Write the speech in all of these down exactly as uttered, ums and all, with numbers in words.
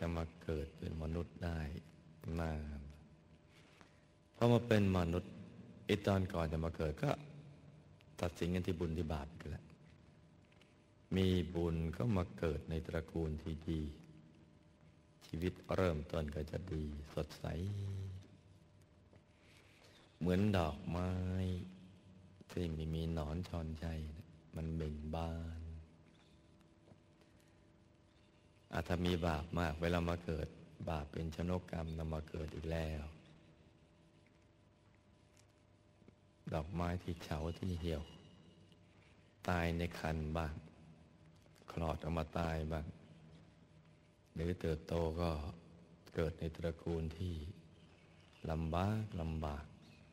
จะมาเกิดเป็นมนุษย์ได้นานพอมาเป็นมนุษย์ไอ้ตอนก่อนจะมาเกิดก็ตัดสินกันที่บุญที่บาปกันแล้วมีบุญก็มาเกิดในตระกูลที่ดีชีวิตเริ่มต้นก็จะดีสดใสเหมือนดอกไม้ที่ไม่มีหนอนชอนชัยมันเบ่งบานอาจจะมีบาปมากเวลามาเกิดบาปเป็นชนกกรรมนำมาเกิดอีกแล้วดอกไม้ที่เฉาที่เหี่ยวตายในครรภ์บ้างคลอดออกมาตายบ้างหรือเติบโตก็เกิดในตระกูลที่ลำบากลำบาก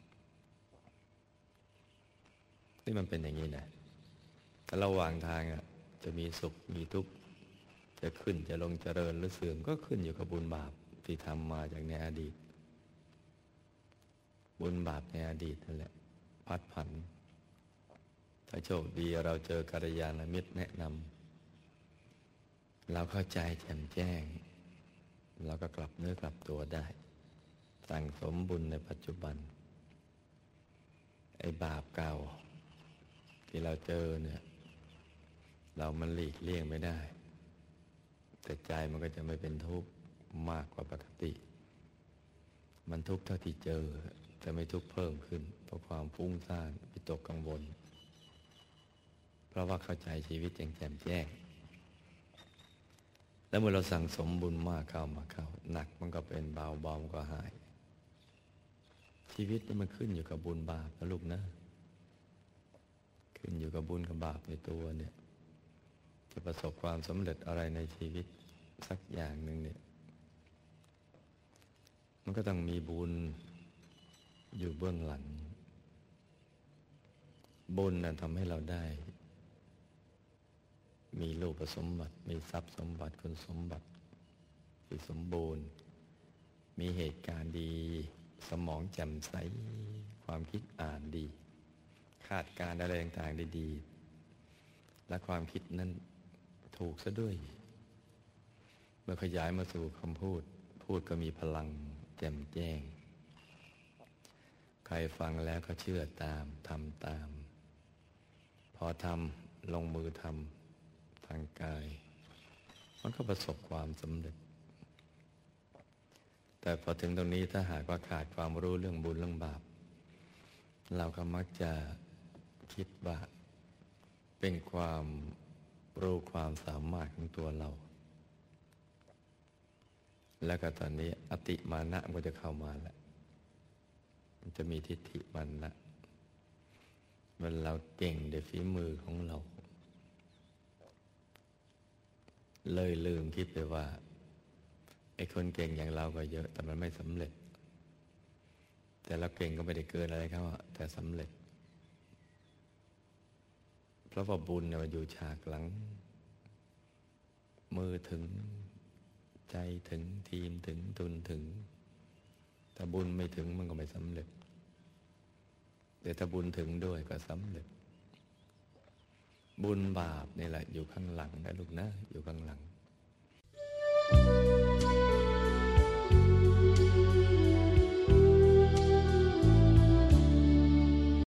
นี่มันเป็นอย่างนี้นะแต่ระหว่างทางอ่ะจะมีสุขมีทุกข์จะขึ้นจะลงเจริญหรือเสื่อมก็ขึ้นอยู่กับบุญบาปที่ทำมาจากในอดีตบุญบาปในอดีตนั่นแหละพัดผันถ้าโชคดีเราเจอกัลยาณมิตรแนะนำเราเข้าใจแจ่มแจ้งเราก็กลับเนื้อกลับตัวได้สั่งสมบุญในปัจจุบันไอ้บาปเก่าที่เราเจอเนี่ยเรามันหลีกเลี่ยงไม่ได้แต่ใจมันก็จะไม่เป็นทุกข์มากกว่าปกติมันทุกข์เท่าที่เจอแต่ไม่ทุกข์เพิ่มขึ้นเพราะความฟุ้งซ่านวิตกกังวลเพราะว่าเข้าใจชีวิตอย่างแจ่มแจ้งแล้วเมื่อเราสั่งสมบุญมากเข้ามาเข้าหนักมันก็เป็นเบาเบามันก็หายชีวิตนี่มันขึ้นอยู่กับบุญบาปนะลูกนะขึ้นอยู่กับบุญกับบาปในตัวเนี่ยจะประสบความสำเร็จอะไรในชีวิตสักอย่างหนึ่งเนี่ยมันก็ต้องมีบุญอยู่เบื้องหลังบุญนั้นทำให้เราได้มีรูปสมบัติมีทรัพย์สมบัติคุณสมบัติที่สมบูรณ์มีเหตุการณ์ดีสมองแจ่มใสความคิดอ่านดีคาดการณ์อะไรต่างๆได้ดีและความคิดนั้นถูกซะด้วยเมื่อขยายมาสู่คำพูดพูดก็มีพลังแจ่มแจ้งใครฟังแล้วก็เชื่อตามทำตามพอทำลงมือทำทางกายมันก็ประสบความสำเร็จแต่พอถึงตรงนี้ถ้าหากว่าขาดความรู้เรื่องบุญเรื่องบาปเราก็มักจะคิดว่าเป็นความรู้ความสามารถของตัวเราแล้วก็ตอนนี้อติมานะมันก็จะเข้ามาแล้วมันจะมีทิฏฐิมานะมันเราเก่งในฝีมือของเราเลยลืมคิดไปว่าไอ้คนเก่งอย่างเราก็เยอะแต่มันไม่สำเร็จแต่เราเก่งก็ไม่ได้เกินอะไรเขาแต่สำเร็จเพราะว่าบุญเนี่ยมันอยู่ฉากหลังมือถึงใจถึงทีมถึงทุนถึงถ้าบุญไม่ถึงมันก็ไม่สำเร็จแต่ถ้าบุญถึงด้วยก็สำเร็จบุญบาปนี่แหละอยู่ข้างหลังนะลูกนะอยู่ข้างหลัง